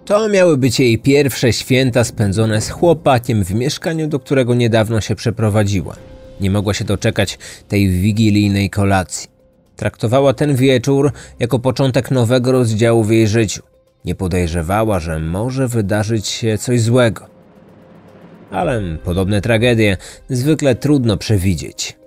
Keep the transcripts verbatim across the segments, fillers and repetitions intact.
To miały być jej pierwsze święta spędzone z chłopakiem w mieszkaniu, do którego niedawno się przeprowadziła. Nie mogła się doczekać tej wigilijnej kolacji. Traktowała ten wieczór jako początek nowego rozdziału w jej życiu. Nie podejrzewała, że może wydarzyć się coś złego. Ale podobne tragedie zwykle trudno przewidzieć.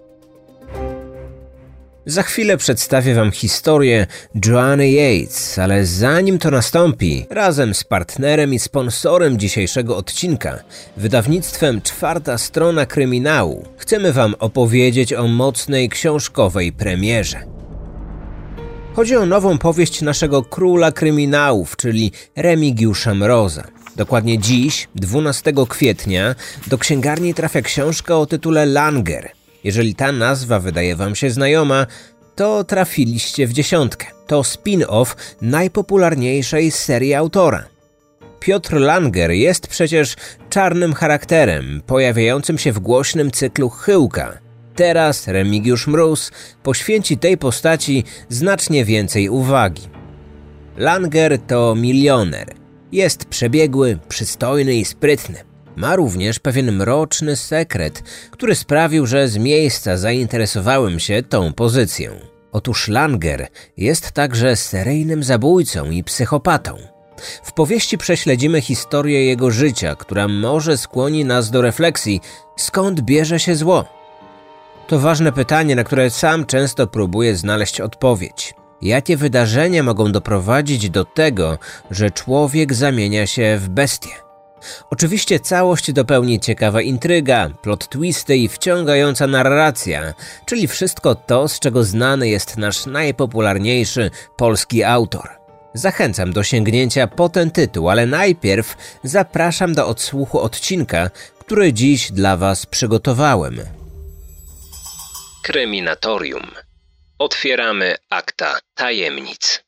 Za chwilę przedstawię wam historię Joanny Yates, ale zanim to nastąpi, razem z partnerem i sponsorem dzisiejszego odcinka, wydawnictwem Czwarta Strona Kryminału, chcemy wam opowiedzieć o mocnej książkowej premierze. Chodzi o nową powieść naszego króla kryminałów, czyli Remigiusza Mroza. Dokładnie dziś, dwunastego kwietnia, do księgarni trafia książka o tytule Langer. Jeżeli ta nazwa wydaje wam się znajoma, to trafiliście w dziesiątkę. To spin-off najpopularniejszej serii autora. Piotr Langer jest przecież czarnym charakterem, pojawiającym się w głośnym cyklu Chyłka. Teraz Remigiusz Mróz poświęci tej postaci znacznie więcej uwagi. Langer to milioner. Jest przebiegły, przystojny i sprytny. Ma również pewien mroczny sekret, który sprawił, że z miejsca zainteresowałem się tą pozycją. Otóż Langer jest także seryjnym zabójcą i psychopatą. W powieści prześledzimy historię jego życia, która może skłoni nas do refleksji, skąd bierze się zło. To ważne pytanie, na które sam często próbuję znaleźć odpowiedź. Jakie wydarzenia mogą doprowadzić do tego, że człowiek zamienia się w bestię? Oczywiście całość dopełni ciekawa intryga, plot twisty i wciągająca narracja, czyli wszystko to, z czego znany jest nasz najpopularniejszy polski autor. Zachęcam do sięgnięcia po ten tytuł, ale najpierw zapraszam do odsłuchu odcinka, który dziś dla was przygotowałem. Kryminatorium. Otwieramy akta tajemnic.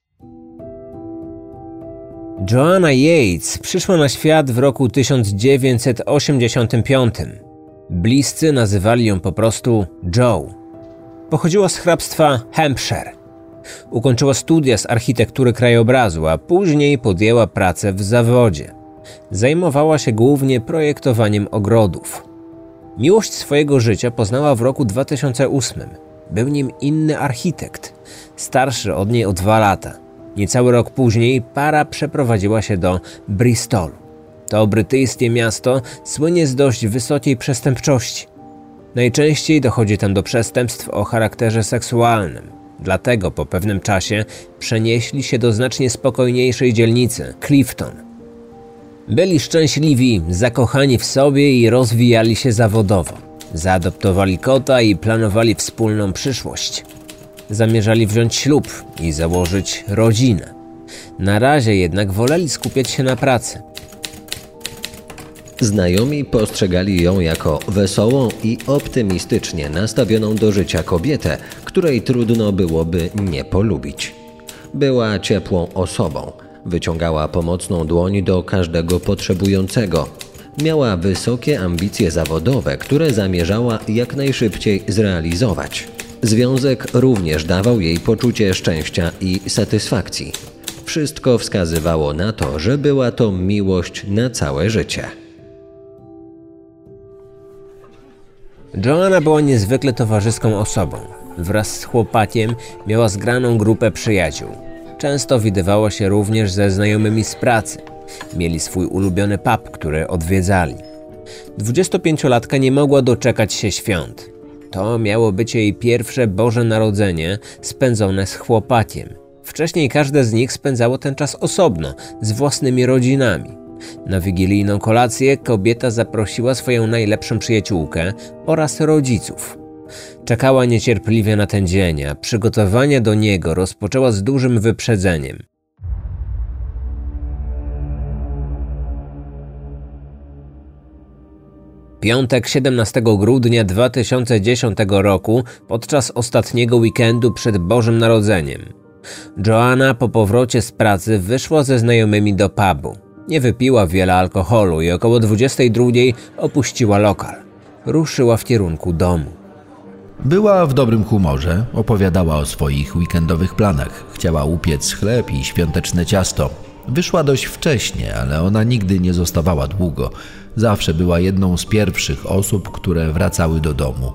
Joanna Yates przyszła na świat w roku tysiąc dziewięćset osiemdziesiątym piątym. Bliscy nazywali ją po prostu Joe. Pochodziła z hrabstwa Hampshire. Ukończyła studia z architektury krajobrazu, a później podjęła pracę w zawodzie. Zajmowała się głównie projektowaniem ogrodów. Miłość swojego życia poznała w roku dwa tysiące ósmym. Był nim inny architekt, starszy od niej o dwa lata. Niecały rok później para przeprowadziła się do Bristolu. To brytyjskie miasto słynie z dość wysokiej przestępczości. Najczęściej dochodzi tam do przestępstw o charakterze seksualnym. Dlatego po pewnym czasie przenieśli się do znacznie spokojniejszej dzielnicy, Clifton. Byli szczęśliwi, zakochani w sobie i rozwijali się zawodowo. Zaadoptowali kota i planowali wspólną przyszłość. Zamierzali wziąć ślub i założyć rodzinę. Na razie jednak woleli skupiać się na pracy. Znajomi postrzegali ją jako wesołą i optymistycznie nastawioną do życia kobietę, której trudno byłoby nie polubić. Była ciepłą osobą, wyciągała pomocną dłoń do każdego potrzebującego. Miała wysokie ambicje zawodowe, które zamierzała jak najszybciej zrealizować. Związek również dawał jej poczucie szczęścia i satysfakcji. Wszystko wskazywało na to, że była to miłość na całe życie. Joanna była niezwykle towarzyską osobą. Wraz z chłopakiem miała zgraną grupę przyjaciół. Często widywała się również ze znajomymi z pracy. Mieli swój ulubiony pub, który odwiedzali. Dwudziestopięciolatka nie mogła doczekać się świąt. To miało być jej pierwsze Boże Narodzenie spędzone z chłopakiem. Wcześniej każde z nich spędzało ten czas osobno, z własnymi rodzinami. Na wigilijną kolację kobieta zaprosiła swoją najlepszą przyjaciółkę oraz rodziców. Czekała niecierpliwie na ten dzień, a przygotowania do niego rozpoczęła z dużym wyprzedzeniem. Piątek siedemnastego grudnia dwa tysiące dziesiątego roku, podczas ostatniego weekendu przed Bożym Narodzeniem. Joanna po powrocie z pracy wyszła ze znajomymi do pubu. Nie wypiła wiele alkoholu i około dwudziestej drugiej opuściła lokal. Ruszyła w kierunku domu. Była w dobrym humorze, opowiadała o swoich weekendowych planach. Chciała upiec chleb i świąteczne ciasto. Wyszła dość wcześnie, ale ona nigdy nie zostawała długo. Zawsze była jedną z pierwszych osób, które wracały do domu.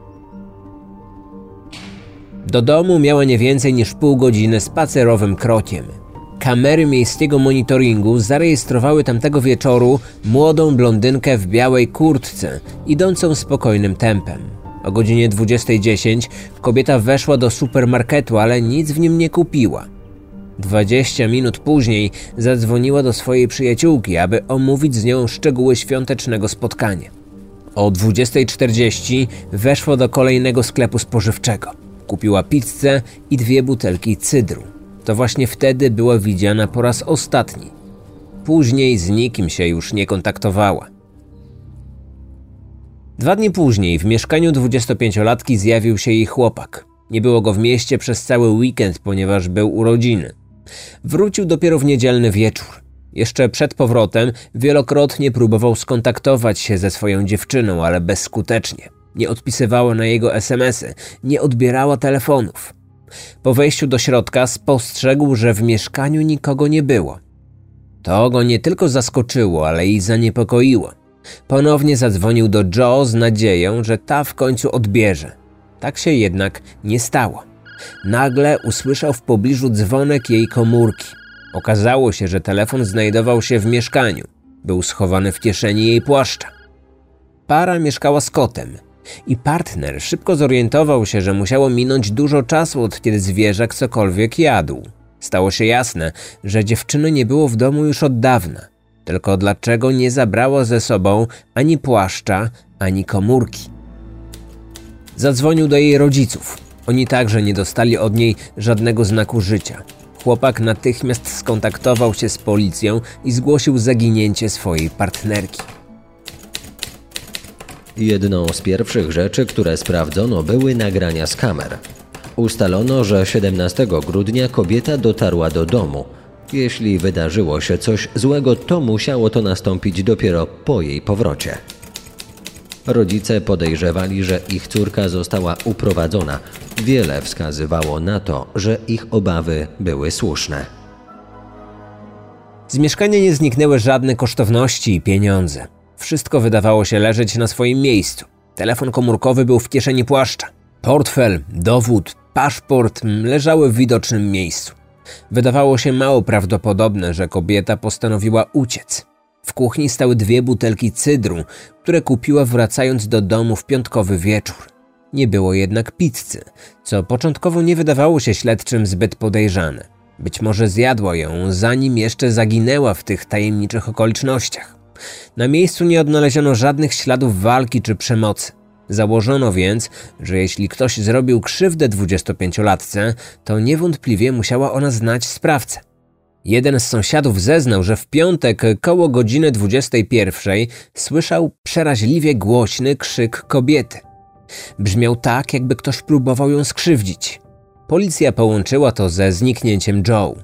Do domu miała nie więcej niż pół godziny spacerowym krokiem. Kamery miejskiego monitoringu zarejestrowały tamtego wieczoru młodą blondynkę w białej kurtce, idącą spokojnym tempem. O godzinie dwudziestej dziesięć kobieta weszła do supermarketu, ale nic w nim nie kupiła. Dwadzieścia minut później zadzwoniła do swojej przyjaciółki, aby omówić z nią szczegóły świątecznego spotkania. O dwudziestej czterdzieści weszła do kolejnego sklepu spożywczego. Kupiła pizzę i dwie butelki cydru. To właśnie wtedy była widziana po raz ostatni. Później z nikim się już nie kontaktowała. Dwa dni później w mieszkaniu dwudziestopięciolatki zjawił się jej chłopak. Nie było go w mieście przez cały weekend, ponieważ był urodziny. Wrócił dopiero w niedzielny wieczór. Jeszcze przed powrotem wielokrotnie próbował skontaktować się ze swoją dziewczyną, ale bezskutecznie. Nie odpisywała na jego es em esy, nie odbierała telefonów. Po wejściu do środka spostrzegł, że w mieszkaniu nikogo nie było. To go nie tylko zaskoczyło, ale i zaniepokoiło. Ponownie zadzwonił do Jo z nadzieją, że ta w końcu odbierze. Tak się jednak nie stało. Nagle usłyszał w pobliżu dzwonek jej komórki. Okazało się, że telefon znajdował się w mieszkaniu. Był schowany w kieszeni jej płaszcza. Para mieszkała z kotem i partner szybko zorientował się, że musiało minąć dużo czasu, od kiedy zwierzak cokolwiek jadł. Stało się jasne, że dziewczyny nie było w domu już od dawna. Tylko dlaczego nie zabrała ze sobą ani płaszcza, ani komórki? Zadzwonił do jej rodziców. Oni także nie dostali od niej żadnego znaku życia. Chłopak natychmiast skontaktował się z policją i zgłosił zaginięcie swojej partnerki. Jedną z pierwszych rzeczy, które sprawdzono, były nagrania z kamer. Ustalono, że siedemnastego grudnia kobieta dotarła do domu. Jeśli wydarzyło się coś złego, to musiało to nastąpić dopiero po jej powrocie. Rodzice podejrzewali, że ich córka została uprowadzona. Wiele wskazywało na to, że ich obawy były słuszne. Z mieszkania nie zniknęły żadne kosztowności i pieniądze. Wszystko wydawało się leżeć na swoim miejscu. Telefon komórkowy był w kieszeni płaszcza. Portfel, dowód, paszport leżały w widocznym miejscu. Wydawało się mało prawdopodobne, że kobieta postanowiła uciec. W kuchni stały dwie butelki cydru, które kupiła wracając do domu w piątkowy wieczór. Nie było jednak pizzy, co początkowo nie wydawało się śledczym zbyt podejrzane. Być może zjadła ją, zanim jeszcze zaginęła w tych tajemniczych okolicznościach. Na miejscu nie odnaleziono żadnych śladów walki czy przemocy. Założono więc, że jeśli ktoś zrobił krzywdę dwudziestopięciolatce, to niewątpliwie musiała ona znać sprawcę. Jeden z sąsiadów zeznał, że w piątek koło godziny dwudziestej pierwszej słyszał przeraźliwie głośny krzyk kobiety. Brzmiał tak, jakby ktoś próbował ją skrzywdzić. Policja połączyła to ze zniknięciem Jo.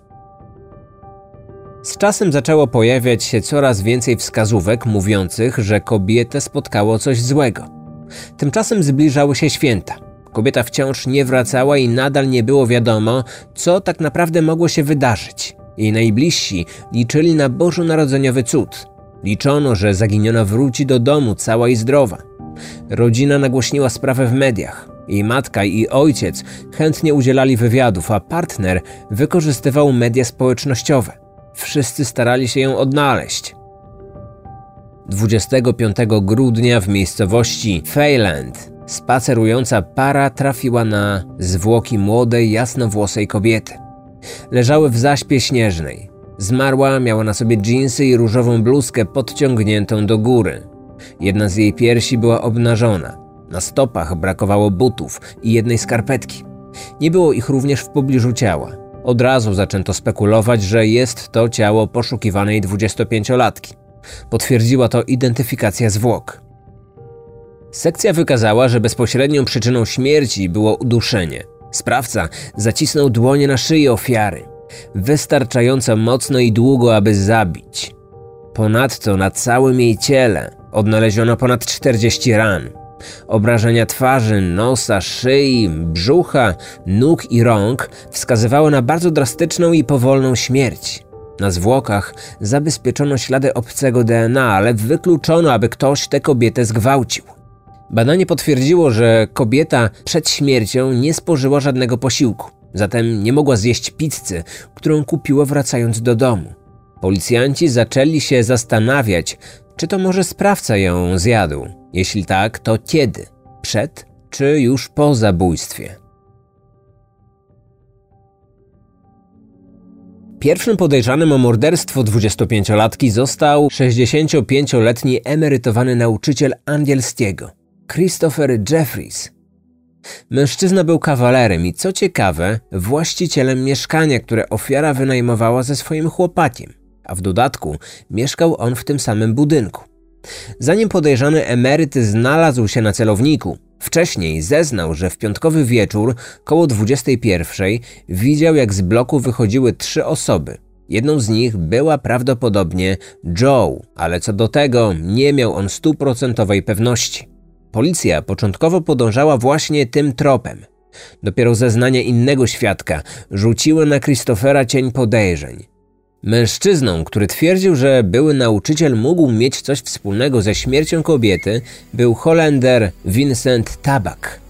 Z czasem zaczęło pojawiać się coraz więcej wskazówek mówiących, że kobietę spotkało coś złego. Tymczasem zbliżały się święta. Kobieta wciąż nie wracała i nadal nie było wiadomo, co tak naprawdę mogło się wydarzyć. Jej najbliżsi liczyli na bożonarodzeniowy cud. Liczono, że zaginiona wróci do domu cała i zdrowa. Rodzina nagłośniła sprawę w mediach. Jej matka i ojciec chętnie udzielali wywiadów, a partner wykorzystywał media społecznościowe. Wszyscy starali się ją odnaleźć. dwudziestego piątego grudnia w miejscowości Fayland spacerująca para trafiła na zwłoki młodej, jasnowłosej kobiety. Leżały w zaśpie śnieżnej. Zmarła miała na sobie dżinsy i różową bluzkę podciągniętą do góry. Jedna z jej piersi była obnażona. Na stopach brakowało butów i jednej skarpetki. Nie było ich również w pobliżu ciała. Od razu zaczęto spekulować, że jest to ciało poszukiwanej dwudziestopięciolatki. Potwierdziła to identyfikacja zwłok. Sekcja wykazała, że bezpośrednią przyczyną śmierci było uduszenie. Sprawca zacisnął dłonie na szyi ofiary. Wystarczająco mocno i długo, aby zabić. Ponadto na całym jej ciele odnaleziono ponad czterdzieści ran. Obrażenia twarzy, nosa, szyi, brzucha, nóg i rąk wskazywały na bardzo drastyczną i powolną śmierć. Na zwłokach zabezpieczono ślady obcego D N A, ale wykluczono, aby ktoś tę kobietę zgwałcił. Badanie potwierdziło, że kobieta przed śmiercią nie spożyła żadnego posiłku, zatem nie mogła zjeść pizzy, którą kupiła wracając do domu. Policjanci zaczęli się zastanawiać, czy to może sprawca ją zjadł. Jeśli tak, to kiedy? Przed czy już po zabójstwie? Pierwszym podejrzanym o morderstwo dwudziestopięciolatki został sześćdziesięciopięcioletni emerytowany nauczyciel angielskiego, Christopher Jeffries. Mężczyzna był kawalerem i co ciekawe, właścicielem mieszkania, które ofiara wynajmowała ze swoim chłopakiem, a w dodatku mieszkał on w tym samym budynku. Zanim podejrzany emeryt znalazł się na celowniku, wcześniej zeznał, że w piątkowy wieczór koło dwudziestej pierwszej widział, jak z bloku wychodziły trzy osoby. Jedną z nich była prawdopodobnie Joe, ale co do tego nie miał on stuprocentowej pewności. Policja początkowo podążała właśnie tym tropem. Dopiero zeznania innego świadka rzuciły na Christophera cień podejrzeń. Mężczyzną, który twierdził, że były nauczyciel mógł mieć coś wspólnego ze śmiercią kobiety, był Holender Vincent Tabak.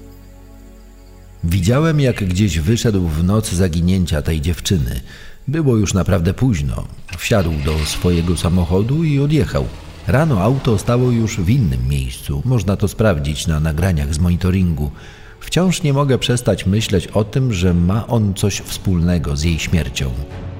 Widziałem, jak gdzieś wyszedł w noc zaginięcia tej dziewczyny. Było już naprawdę późno. Wsiadł do swojego samochodu i odjechał. Rano auto stało już w innym miejscu. Można to sprawdzić na nagraniach z monitoringu. Wciąż nie mogę przestać myśleć o tym, że ma on coś wspólnego z jej śmiercią.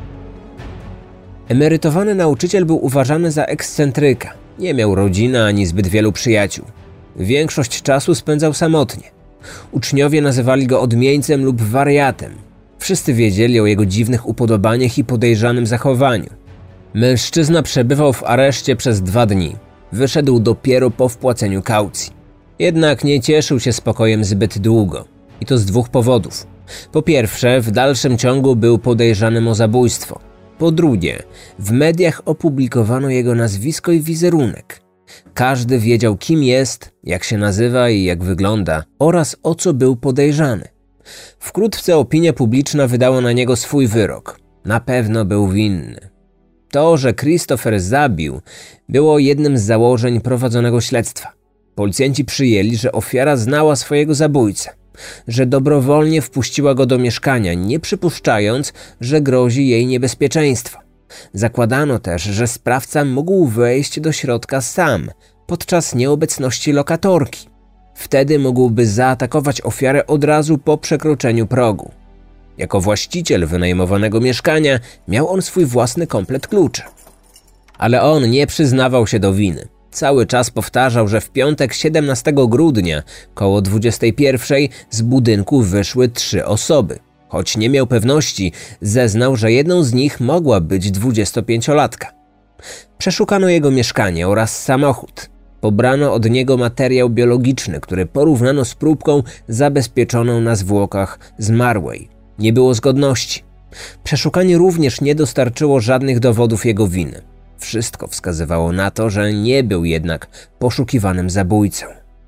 Emerytowany nauczyciel był uważany za ekscentryka. Nie miał rodziny ani zbyt wielu przyjaciół. Większość czasu spędzał samotnie. Uczniowie nazywali go odmieńcem lub wariatem. Wszyscy wiedzieli o jego dziwnych upodobaniach i podejrzanym zachowaniu. Mężczyzna przebywał w areszcie przez dwa dni. Wyszedł dopiero po wpłaceniu kaucji. Jednak nie cieszył się spokojem zbyt długo. I to z dwóch powodów. Po pierwsze, w dalszym ciągu był podejrzanym o zabójstwo. Po drugie, w mediach opublikowano jego nazwisko i wizerunek. Każdy wiedział, kim jest, jak się nazywa i jak wygląda oraz o co był podejrzany. Wkrótce opinia publiczna wydała na niego swój wyrok. Na pewno był winny. To, że Christopher zabił, było jednym z założeń prowadzonego śledztwa. Policjanci przyjęli, że ofiara znała swojego zabójcę, że dobrowolnie wpuściła go do mieszkania, nie przypuszczając, że grozi jej niebezpieczeństwo. Zakładano też, że sprawca mógł wejść do środka sam, podczas nieobecności lokatorki. Wtedy mógłby zaatakować ofiarę od razu po przekroczeniu progu. Jako właściciel wynajmowanego mieszkania miał on swój własny komplet kluczy. Ale on nie przyznawał się do winy. Cały czas powtarzał, że w piątek siedemnastego grudnia koło dwudziestej pierwszej z budynku wyszły trzy osoby. Choć nie miał pewności, zeznał, że jedną z nich mogła być dwudziestopięciolatka. Przeszukano jego mieszkanie oraz samochód. Pobrano od niego materiał biologiczny, który porównano z próbką zabezpieczoną na zwłokach zmarłej. Nie było zgodności. Przeszukanie również nie dostarczyło żadnych dowodów jego winy. Wszystko wskazywało na to, że nie był jednak poszukiwanym zabójcą.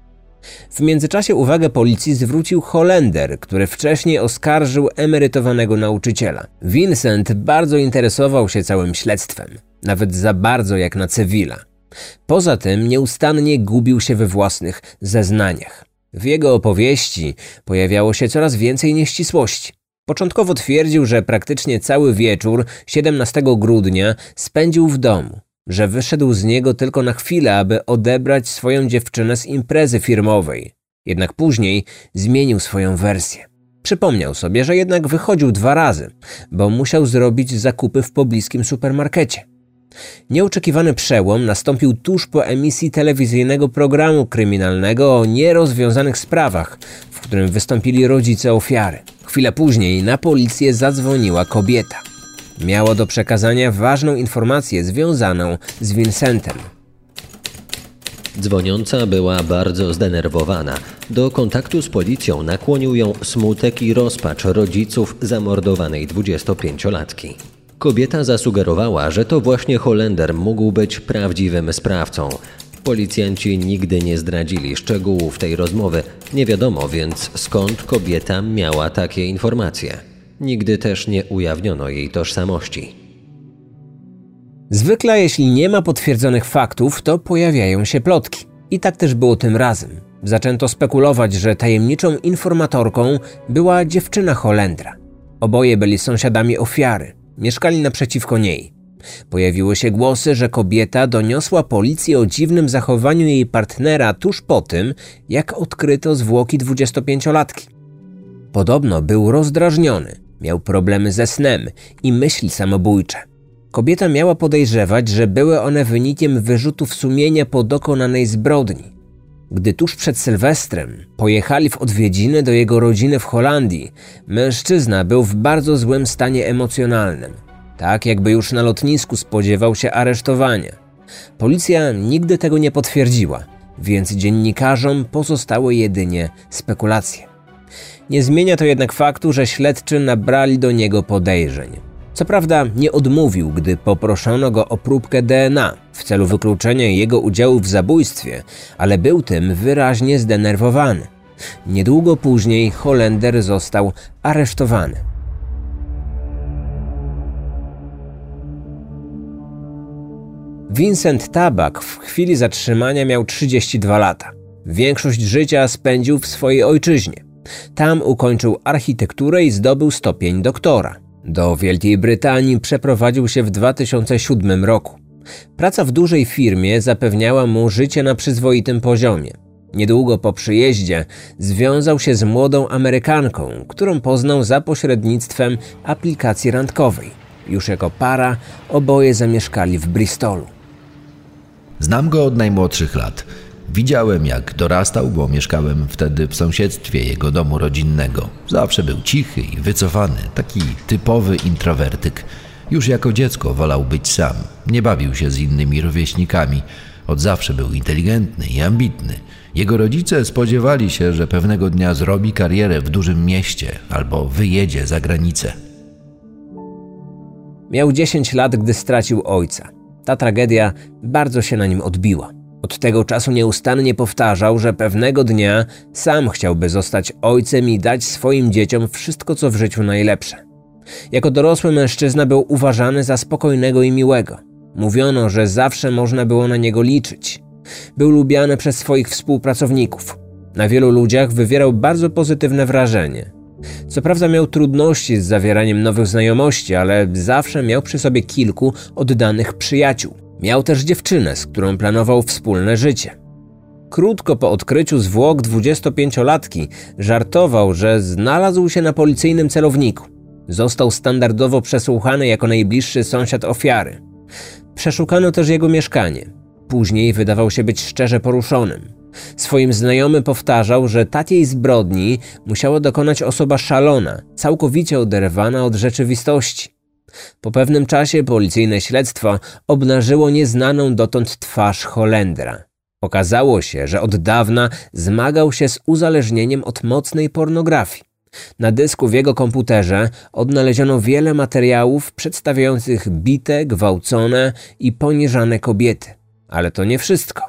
W międzyczasie uwagę policji zwrócił Holender, który wcześniej oskarżył emerytowanego nauczyciela. Vincent bardzo interesował się całym śledztwem, nawet za bardzo jak na cywila. Poza tym nieustannie gubił się we własnych zeznaniach. W jego opowieści pojawiało się coraz więcej nieścisłości. Początkowo twierdził, że praktycznie cały wieczór siedemnastego grudnia spędził w domu, że wyszedł z niego tylko na chwilę, aby odebrać swoją dziewczynę z imprezy firmowej. Jednak później zmienił swoją wersję. Przypomniał sobie, że jednak wychodził dwa razy, bo musiał zrobić zakupy w pobliskim supermarkecie. Nieoczekiwany przełom nastąpił tuż po emisji telewizyjnego programu kryminalnego o nierozwiązanych sprawach, w którym wystąpili rodzice ofiary. Chwilę później na policję zadzwoniła kobieta. Miała do przekazania ważną informację związaną z Vincentem. Dzwoniąca była bardzo zdenerwowana. Do kontaktu z policją nakłonił ją smutek i rozpacz rodziców zamordowanej dwudziestopięciolatki. Kobieta zasugerowała, że to właśnie Holender mógł być prawdziwym sprawcą. Policjanci nigdy nie zdradzili szczegółów tej rozmowy. Nie wiadomo więc, skąd kobieta miała takie informacje. Nigdy też nie ujawniono jej tożsamości. Zwykle jeśli nie ma potwierdzonych faktów, to pojawiają się plotki. I tak też było tym razem. Zaczęto spekulować, że tajemniczą informatorką była dziewczyna Hollendra. Oboje byli sąsiadami ofiary, mieszkali naprzeciwko niej. Pojawiły się głosy, że kobieta doniosła policji o dziwnym zachowaniu jej partnera tuż po tym, jak odkryto zwłoki dwudziestopięciolatki. Podobno był rozdrażniony, miał problemy ze snem i myśli samobójcze. Kobieta miała podejrzewać, że były one wynikiem wyrzutów sumienia po dokonanej zbrodni. Gdy tuż przed Sylwestrem pojechali w odwiedziny do jego rodziny w Holandii, mężczyzna był w bardzo złym stanie emocjonalnym. Tak jakby już na lotnisku spodziewał się aresztowania. Policja nigdy tego nie potwierdziła, więc dziennikarzom pozostały jedynie spekulacje. Nie zmienia to jednak faktu, że śledczy nabrali do niego podejrzeń. Co prawda nie odmówił, gdy poproszono go o próbkę D N A w celu wykluczenia jego udziału w zabójstwie, ale był tym wyraźnie zdenerwowany. Niedługo później Hollender został aresztowany. Vincent Tabak w chwili zatrzymania miał trzydzieści dwa lata. Większość życia spędził w swojej ojczyźnie. Tam ukończył architekturę i zdobył stopień doktora. Do Wielkiej Brytanii przeprowadził się w dwa tysiące siódmym roku. Praca w dużej firmie zapewniała mu życie na przyzwoitym poziomie. Niedługo po przyjeździe związał się z młodą Amerykanką, którą poznał za pośrednictwem aplikacji randkowej. Już jako para oboje zamieszkali w Bristolu. Znam go od najmłodszych lat. Widziałem, jak dorastał, bo mieszkałem wtedy w sąsiedztwie jego domu rodzinnego. Zawsze był cichy i wycofany, taki typowy introwertyk. Już jako dziecko wolał być sam. Nie bawił się z innymi rówieśnikami. Od zawsze był inteligentny i ambitny. Jego rodzice spodziewali się, że pewnego dnia zrobi karierę w dużym mieście albo wyjedzie za granicę. Miał dziesięć lat, gdy stracił ojca. Ta tragedia bardzo się na nim odbiła. Od tego czasu nieustannie powtarzał, że pewnego dnia sam chciałby zostać ojcem i dać swoim dzieciom wszystko, co w życiu najlepsze. Jako dorosły mężczyzna był uważany za spokojnego i miłego. Mówiono, że zawsze można było na niego liczyć. Był lubiany przez swoich współpracowników. Na wielu ludziach wywierał bardzo pozytywne wrażenie. Co prawda miał trudności z zawieraniem nowych znajomości, ale zawsze miał przy sobie kilku oddanych przyjaciół. Miał też dziewczynę, z którą planował wspólne życie. Krótko po odkryciu zwłok dwudziestopięciolatki żartował, że znalazł się na policyjnym celowniku. Został standardowo przesłuchany jako najbliższy sąsiad ofiary. Przeszukano też jego mieszkanie. Później wydawał się być szczerze poruszonym. Swoim znajomym powtarzał, że takiej zbrodni musiała dokonać osoba szalona, całkowicie oderwana od rzeczywistości. Po pewnym czasie policyjne śledztwo obnażyło nieznaną dotąd twarz Hollendra. Okazało się, że od dawna zmagał się z uzależnieniem od mocnej pornografii. Na dysku w jego komputerze odnaleziono wiele materiałów przedstawiających bite, gwałcone i poniżane kobiety. Ale to nie wszystko.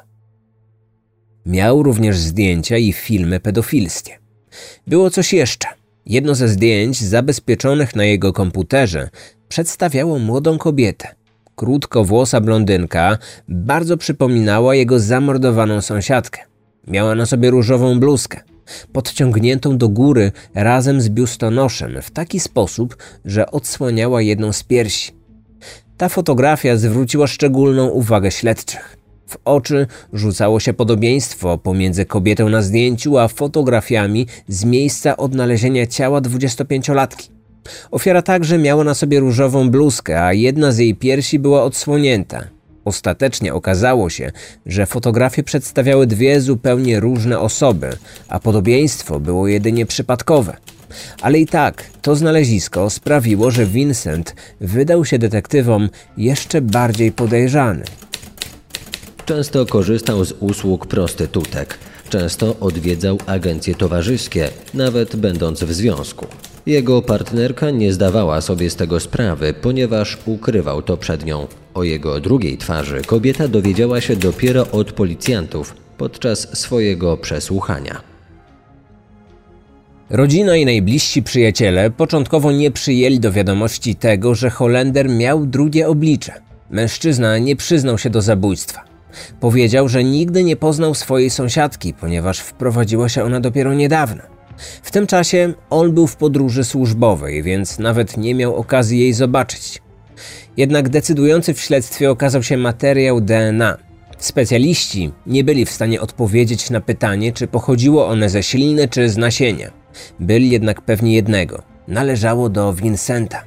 Miał również zdjęcia i filmy pedofilskie. Było coś jeszcze. Jedno ze zdjęć zabezpieczonych na jego komputerze przedstawiało młodą kobietę. Krótkowłosa blondynka bardzo przypominała jego zamordowaną sąsiadkę. Miała na sobie różową bluzkę, podciągniętą do góry razem z biustonoszem w taki sposób, że odsłaniała jedną z piersi. Ta fotografia zwróciła szczególną uwagę śledczych. W oczy rzucało się podobieństwo pomiędzy kobietą na zdjęciu a fotografiami z miejsca odnalezienia ciała dwudziestopięciolatki. Ofiara także miała na sobie różową bluzkę, a jedna z jej piersi była odsłonięta. Ostatecznie okazało się, że fotografie przedstawiały dwie zupełnie różne osoby, a podobieństwo było jedynie przypadkowe. Ale i tak to znalezisko sprawiło, że Vincent wydał się detektywom jeszcze bardziej podejrzany. Często korzystał z usług prostytutek. Często odwiedzał agencje towarzyskie, nawet będąc w związku. Jego partnerka nie zdawała sobie z tego sprawy, ponieważ ukrywał to przed nią. O jego drugiej twarzy kobieta dowiedziała się dopiero od policjantów podczas swojego przesłuchania. Rodzina i najbliżsi przyjaciele początkowo nie przyjęli do wiadomości tego, że Hollender miał drugie oblicze. Mężczyzna nie przyznał się do zabójstwa. Powiedział, że nigdy nie poznał swojej sąsiadki, ponieważ wprowadziła się ona dopiero niedawno. W tym czasie on był w podróży służbowej, więc nawet nie miał okazji jej zobaczyć. Jednak decydujący w śledztwie okazał się materiał D N A. Specjaliści nie byli w stanie odpowiedzieć na pytanie, czy pochodziło one ze śliny czy z nasienia. Byli jednak pewni jednego – należało do Vincenta.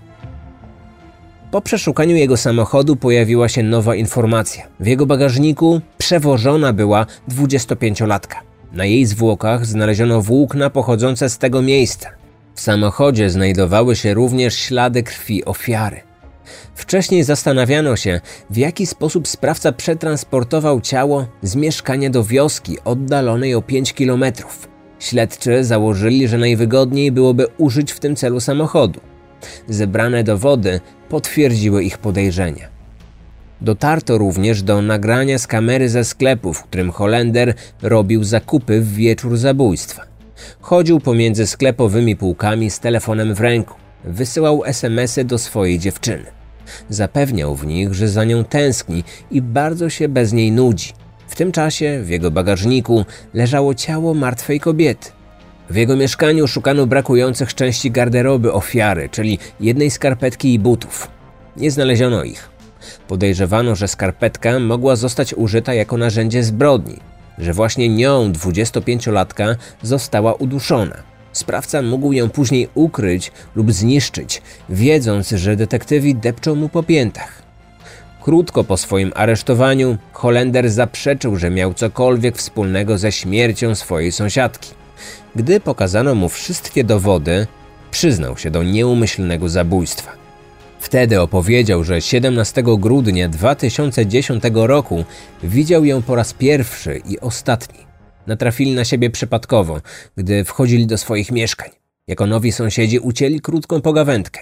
Po przeszukaniu jego samochodu pojawiła się nowa informacja. W jego bagażniku przewożona była dwudziestopięciolatka. Na jej zwłokach znaleziono włókna pochodzące z tego miejsca. W samochodzie znajdowały się również ślady krwi ofiary. Wcześniej zastanawiano się, w jaki sposób sprawca przetransportował ciało z mieszkania do wioski oddalonej o pięć kilometrów. Śledczy założyli, że najwygodniej byłoby użyć w tym celu samochodu. Zebrane dowody potwierdziły ich podejrzenia. Dotarto również do nagrania z kamery ze sklepu, w którym Holender robił zakupy w wieczór zabójstwa. Chodził pomiędzy sklepowymi półkami z telefonem w ręku. Wysyłał es em esy do swojej dziewczyny. Zapewniał w nich, że za nią tęskni i bardzo się bez niej nudzi. W tym czasie w jego bagażniku leżało ciało martwej kobiety. W jego mieszkaniu szukano brakujących części garderoby ofiary, czyli jednej skarpetki i butów. Nie znaleziono ich. Podejrzewano, że skarpetka mogła zostać użyta jako narzędzie zbrodni, że właśnie nią dwudziestopięciolatka została uduszona. Sprawca mógł ją później ukryć lub zniszczyć, wiedząc, że detektywi depczą mu po piętach. Krótko po swoim aresztowaniu Holender zaprzeczył, że miał cokolwiek wspólnego ze śmiercią swojej sąsiadki. Gdy pokazano mu wszystkie dowody, przyznał się do nieumyślnego zabójstwa. Wtedy opowiedział, że siedemnastego grudnia dwa tysiące dziesiątego roku widział ją po raz pierwszy i ostatni. Natrafili na siebie przypadkowo, gdy wchodzili do swoich mieszkań. Jako nowi sąsiedzi ucięli krótką pogawędkę.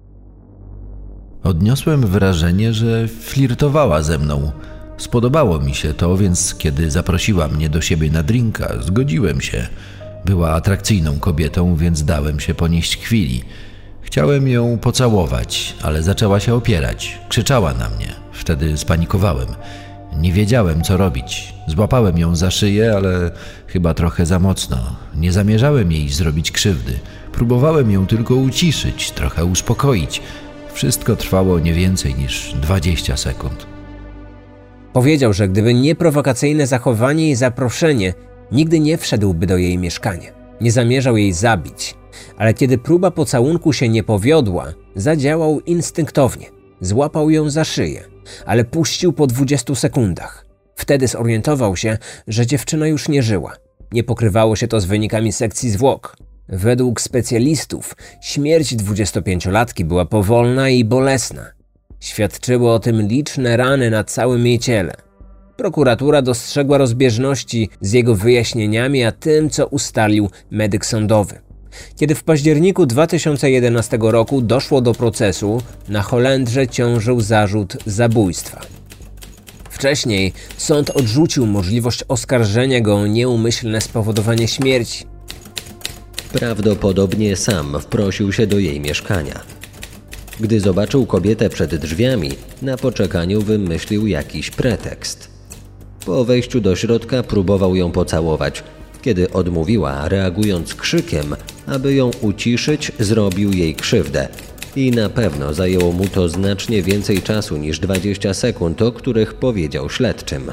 Odniosłem wrażenie, że flirtowała ze mną. Spodobało mi się to, więc kiedy zaprosiła mnie do siebie na drinka, zgodziłem się. Była atrakcyjną kobietą, więc dałem się ponieść chwili. Chciałem ją pocałować, ale zaczęła się opierać. Krzyczała na mnie. Wtedy spanikowałem. Nie wiedziałem, co robić. Złapałem ją za szyję, ale chyba trochę za mocno. Nie zamierzałem jej zrobić krzywdy. Próbowałem ją tylko uciszyć, trochę uspokoić. Wszystko trwało nie więcej niż dwadzieścia sekund. Powiedział, że gdyby nie prowokacyjne zachowanie i zaproszenie, nigdy nie wszedłby do jej mieszkania. Nie zamierzał jej zabić, ale kiedy próba pocałunku się nie powiodła, zadziałał instynktownie. Złapał ją za szyję, ale puścił po dwudziestu sekundach. Wtedy zorientował się, że dziewczyna już nie żyła. Nie pokrywało się to z wynikami sekcji zwłok. Według specjalistów śmierć dwudziestopięciolatki była powolna i bolesna. Świadczyły o tym liczne rany na całym jej ciele. Prokuratura dostrzegła rozbieżności z jego wyjaśnieniami, a tym, co ustalił medyk sądowy. Kiedy w październiku dwa tysiące jedenastego roku doszło do procesu, na Holendrze ciążył zarzut zabójstwa. Wcześniej sąd odrzucił możliwość oskarżenia go o nieumyślne spowodowanie śmierci. Prawdopodobnie sam wprosił się do jej mieszkania. Gdy zobaczył kobietę przed drzwiami, na poczekaniu wymyślił jakiś pretekst. Po wejściu do środka próbował ją pocałować. Kiedy odmówiła, reagując krzykiem, aby ją uciszyć, zrobił jej krzywdę. I na pewno zajęło mu to znacznie więcej czasu niż dwadzieścia sekund, o których powiedział śledczym.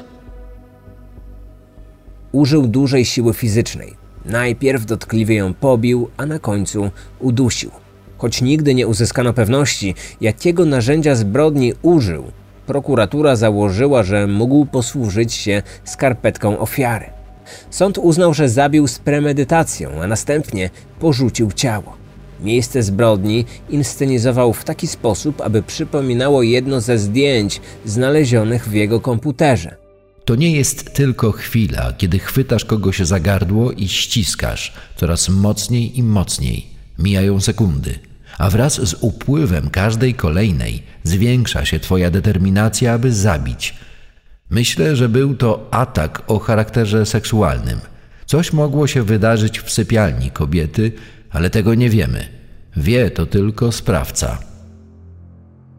Użył dużej siły fizycznej. Najpierw dotkliwie ją pobił, a na końcu udusił. Choć nigdy nie uzyskano pewności, jakiego narzędzia zbrodni użył, prokuratura założyła, że mógł posłużyć się skarpetką ofiary. Sąd uznał, że zabił z premedytacją, a następnie porzucił ciało. Miejsce zbrodni inscenizował w taki sposób, aby przypominało jedno ze zdjęć znalezionych w jego komputerze. To nie jest tylko chwila, kiedy chwytasz kogoś za gardło i ściskasz coraz mocniej i mocniej. Mijają sekundy, a wraz z upływem każdej kolejnej zwiększa się twoja determinacja, aby zabić. Myślę, że był to atak o charakterze seksualnym. Coś mogło się wydarzyć w sypialni kobiety, ale tego nie wiemy. Wie to tylko sprawca.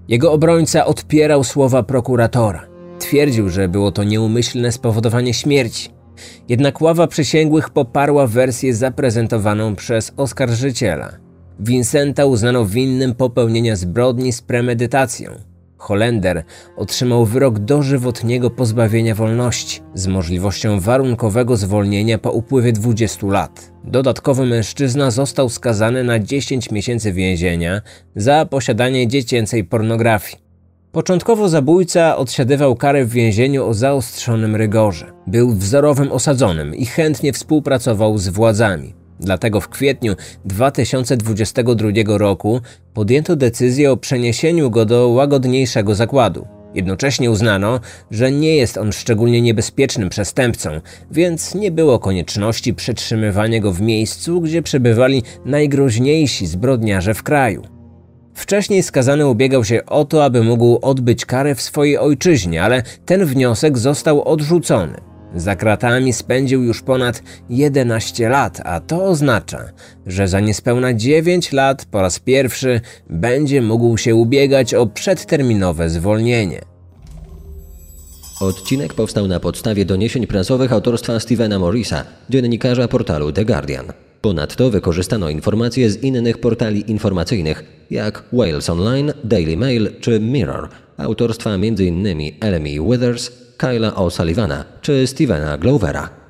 Jego obrońca odpierał słowa prokuratora. Twierdził, że było to nieumyślne spowodowanie śmierci. Jednak ława przysięgłych poparła wersję zaprezentowaną przez oskarżyciela. Vincenta uznano winnym popełnienia zbrodni z premedytacją. Holender otrzymał wyrok dożywotniego pozbawienia wolności z możliwością warunkowego zwolnienia po upływie dwudziestu lat. Dodatkowo mężczyzna został skazany na dziesięć miesięcy więzienia za posiadanie dziecięcej pornografii. Początkowo zabójca odsiadywał karę w więzieniu o zaostrzonym rygorze. Był wzorowym osadzonym i chętnie współpracował z władzami. Dlatego w kwietniu dwa tysiące dwudziestego drugiego roku podjęto decyzję o przeniesieniu go do łagodniejszego zakładu. Jednocześnie uznano, że nie jest on szczególnie niebezpiecznym przestępcą, więc nie było konieczności przetrzymywania go w miejscu, gdzie przebywali najgroźniejsi zbrodniarze w kraju. Wcześniej skazany ubiegał się o to, aby mógł odbyć karę w swojej ojczyźnie, ale ten wniosek został odrzucony. Za kratami spędził już ponad jedenaście lat, a to oznacza, że za niespełna dziewięć lat po raz pierwszy będzie mógł się ubiegać o przedterminowe zwolnienie. Odcinek powstał na podstawie doniesień prasowych autorstwa Stevena Morrisa, dziennikarza portalu The Guardian. Ponadto wykorzystano informacje z innych portali informacyjnych, jak Wales Online, Daily Mail czy Mirror, autorstwa m.in. Amy Withers, Kyla O'Sullivana czy Stevena Glovera.